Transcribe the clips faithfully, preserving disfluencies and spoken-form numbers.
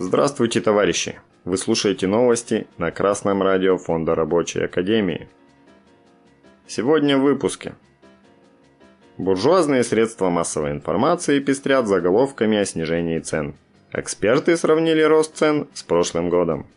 Здравствуйте, товарищи! Вы слушаете новости на Красном радио Фонда Рабочей Академии. Сегодня в выпуске. Буржуазные средства массовой информации пестрят заголовками о снижении цен. Эксперты сравнили рост цен с прошлым годом.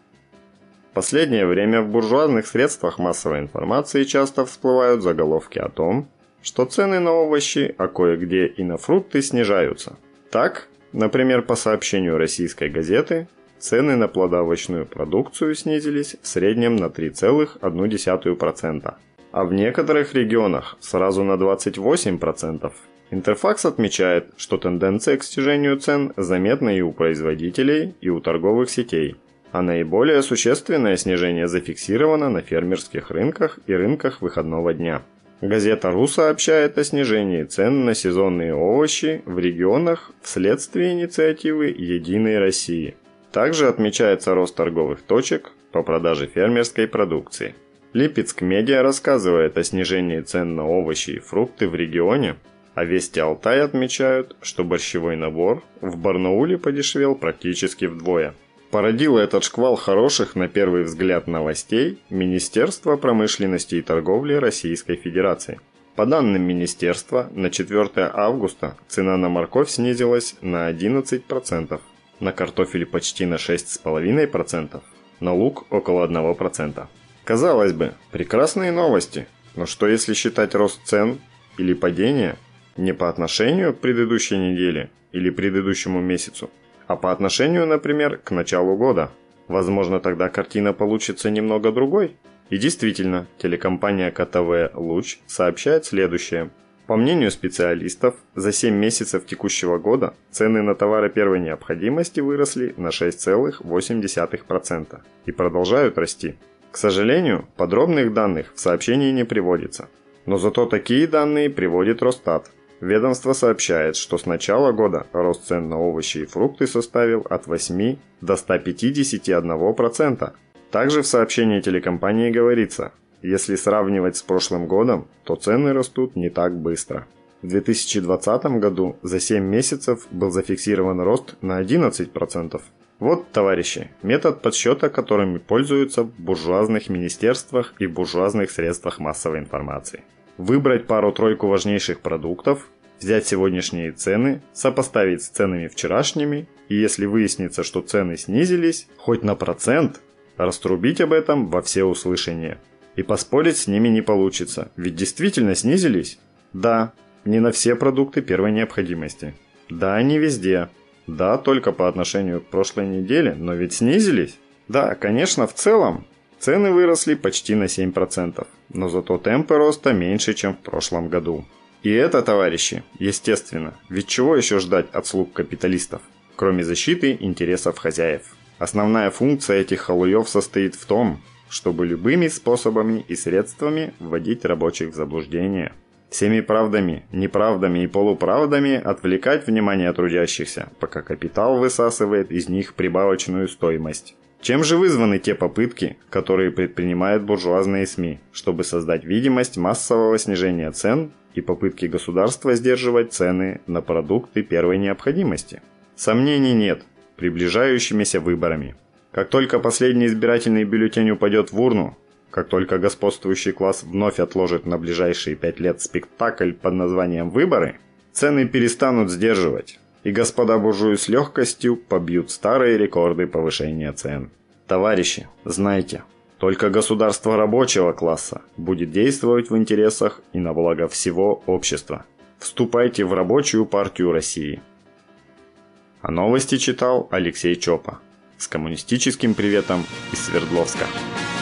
В последнее время в буржуазных средствах массовой информации часто всплывают заголовки о том, что цены на овощи, а кое-где и на фрукты снижаются. Так, например, по сообщению российской газеты, цены на плодоовощную продукцию снизились в среднем на три целых одну десятую процента, а в некоторых регионах сразу на двадцать восемь процентов. Интерфакс отмечает, что тенденция к снижению цен заметна и у производителей, и у торговых сетей, а наиболее существенное снижение зафиксировано на фермерских рынках и рынках выходного дня. Газета РУ сообщает о снижении цен на сезонные овощи в регионах вследствие инициативы «Единой России». Также отмечается рост торговых точек по продаже фермерской продукции. Липецк Медиа рассказывает о снижении цен на овощи и фрукты в регионе, а Вести Алтай отмечают, что борщевой набор в Барнауле подешевел практически вдвое. Породило этот шквал хороших, на первый взгляд, новостей Министерство промышленности и торговли Российской Федерации. По данным министерства, на четвёртое августа цена на морковь снизилась на одиннадцать процентов, на картофель почти на шесть целых пять десятых процента, на лук около одного процента. Казалось бы, прекрасные новости, но что если считать рост цен или падение не по отношению к предыдущей неделе или предыдущему месяцу, а по отношению, например, к началу года? Возможно, тогда картина получится немного другой. И действительно, телекомпания ка тэ вэ «Луч» сообщает следующее. По мнению специалистов, за семь месяцев текущего года цены на товары первой необходимости выросли на шесть целых восемь десятых процента и продолжают расти. К сожалению, подробных данных в сообщении не приводится. Но зато такие данные приводит Росстат. Ведомство сообщает, что с начала года рост цен на овощи и фрукты составил от восьми до ста пятидесяти одного процента. Также в сообщении телекомпании говорится, если сравнивать с прошлым годом, то цены растут не так быстро. В две тысячи двадцатом году за семь месяцев был зафиксирован рост на одиннадцать процентов. Вот, товарищи, метод подсчета, которыми пользуются в буржуазных министерствах и буржуазных средствах массовой информации. Выбрать пару-тройку важнейших продуктов, взять сегодняшние цены, сопоставить с ценами вчерашними, и если выяснится, что цены снизились, хоть на процент, раструбить об этом во всеуслышание. И поспорить с ними не получится, ведь действительно снизились? Да, не на все продукты первой необходимости. Да, не везде. Да, только по отношению к прошлой неделе, но ведь снизились? Да, конечно, в целом. Цены выросли почти на семь процентов, но зато темпы роста меньше, чем в прошлом году. И это, товарищи, естественно, ведь чего еще ждать от слуг капиталистов, кроме защиты интересов хозяев? Основная функция этих халуев состоит в том, чтобы любыми способами и средствами вводить рабочих в заблуждение. Всеми правдами, неправдами и полуправдами отвлекать внимание трудящихся, пока капитал высасывает из них прибавочную стоимость. Чем же вызваны те попытки, которые предпринимают буржуазные СМИ, чтобы создать видимость массового снижения цен и попытки государства сдерживать цены на продукты первой необходимости? Сомнений нет, приближающимися выборами. Как только последний избирательный бюллетень упадет в урну, как только господствующий класс вновь отложит на ближайшие пять лет спектакль под названием «Выборы», цены перестанут сдерживать. И господа буржуи с легкостью побьют старые рекорды повышения цен. Товарищи, знайте, только государство рабочего класса будет действовать в интересах и на благо всего общества. Вступайте в Рабочую партию России. А новости читал Алексей Чопа. С коммунистическим приветом из Свердловска.